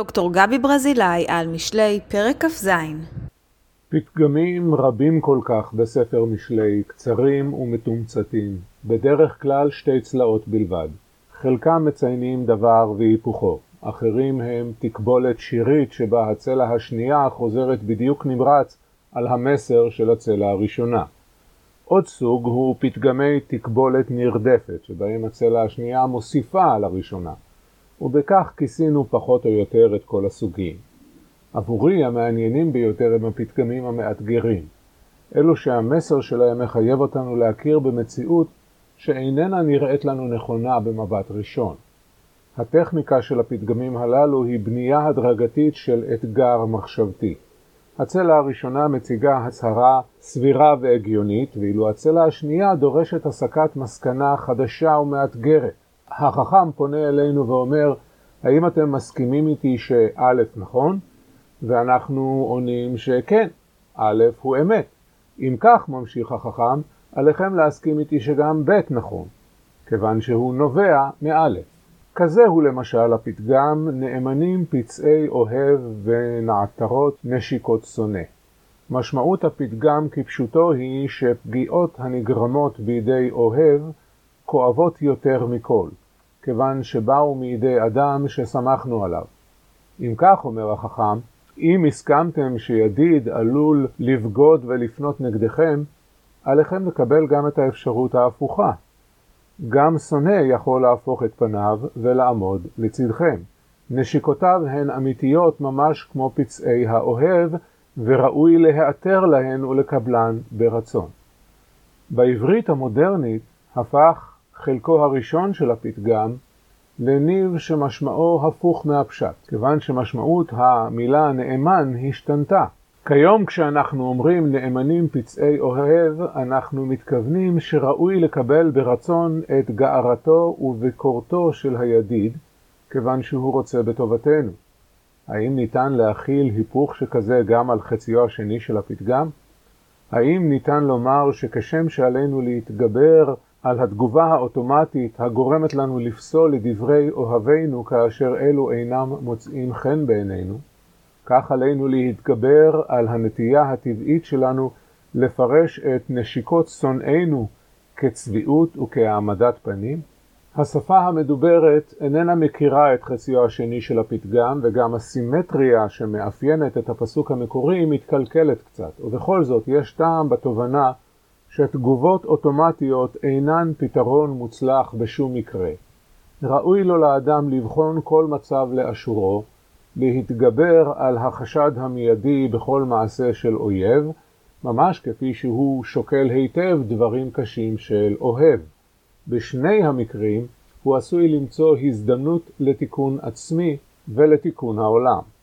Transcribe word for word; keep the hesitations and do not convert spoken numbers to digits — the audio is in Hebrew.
דוקטור גבי ברזילי על משלי פרק כ"ז. פתגמים רבים כל כך בספר משלי, קצרים ומתומצתים, בדרך כלל שתי צלעות בלבד. חלקם מציינים דבר והיפוכו, אחרים הם תקבולת שירית שבה הצלע השנייה חוזרת בדיוק נמרץ על המסר של הצלע הראשונה. עוד סוג הוא פתגמי תקבולת נרדפת, שבהם הצלע השנייה מוסיפה על הראשונה, ובכך כיסינו פחות או יותר את כל הסוגים. עבורי המעניינים ביותר הם הפתגמים המאתגרים, אלו שהמסר שלהם מחייב אותנו להכיר במציאות שאיננה נראית לנו נכונה במבט ראשון. הטכניקה של הפתגמים הללו היא בנייה הדרגתית של אתגר מחשבתי. הצלע הראשונה מציגה הצהרה סבירה והגיונית, ואילו הצלע השנייה דורשת הסקת מסקנה חדשה ומאתגרת. החכם פונה אלינו ואומר, האם אתם מסכימים איתי שא' נכון? ואנחנו עונים שכן, א' הוא אמת. אם כך, ממשיך החכם, עליכם להסכים איתי שגם ב' נכון, כיוון שהוא נובע מא'. כזה הוא למשל הפתגם נאמנים פצעי אוהב ונעתרות נשיקות שונא. משמעות הפתגם כפשוטו היא שפגיעות הנגרמות בידי אוהב כואבות יותר מכל, כיוון שבאו מידי אדם ששמחנו עליו. אם כך, אומר החכם, אם הסכמתם שידיד עלול לבגוד ולפנות נגדכם, עליכם לקבל גם את האפשרות ההפוכה. גם שונא יכול להפוך את פניו ולעמוד לצדכם. נשיקותיו הן אמיתיות ממש כמו פצעי האוהב, וראוי להיעתר להן ולקבלן ברצון. בעברית המודרנית הפך חלקו הראשון של הפתגם לניב שמשמעו הפוך מהפשט, כיוון שמשמעות המילה נאמן השתנתה. כיום כשאנחנו אומרים נאמנים פצעי אוהב, אנחנו מתכוונים שראוי לקבל ברצון את גארתו וביקורתו של הידיד, כיוון שהוא רוצה בטובתנו. האם ניתן להכיל היפוך שכזה גם על חציו השני של הפתגם? האם ניתן לומר שכשם שעלינו להתגבר על התגובה האוטומטית הגורמת לנו לפסול לדברי אוהבינו כאשר אלו אינם מוצאים חן בעינינו, כך עלינו להתגבר על הנטייה הטבעית שלנו לפרש את נשיקות שונאינו כצביעות וכהעמדת פנים? השפה המדוברת איננה מכירה את חציו השני של הפתגם, וגם הסימטריה שמאפיינת את הפסוק המקורי מתקלקלת קצת, ובכל זאת יש טעם בתובנה שתגובות אוטומטיות אינן פתרון מוצלח בשום מקרה. ראוי לו לאדם לבחון כל מצב לאשורו, להתגבר על החשד המיידי בכל מעשה של אויב, ממש כפי שהוא שוקל היטב דברים קשים של אוהב. בשני המקרים הוא עשוי למצוא הזדמנות לתיקון עצמי ולתיקון העולם.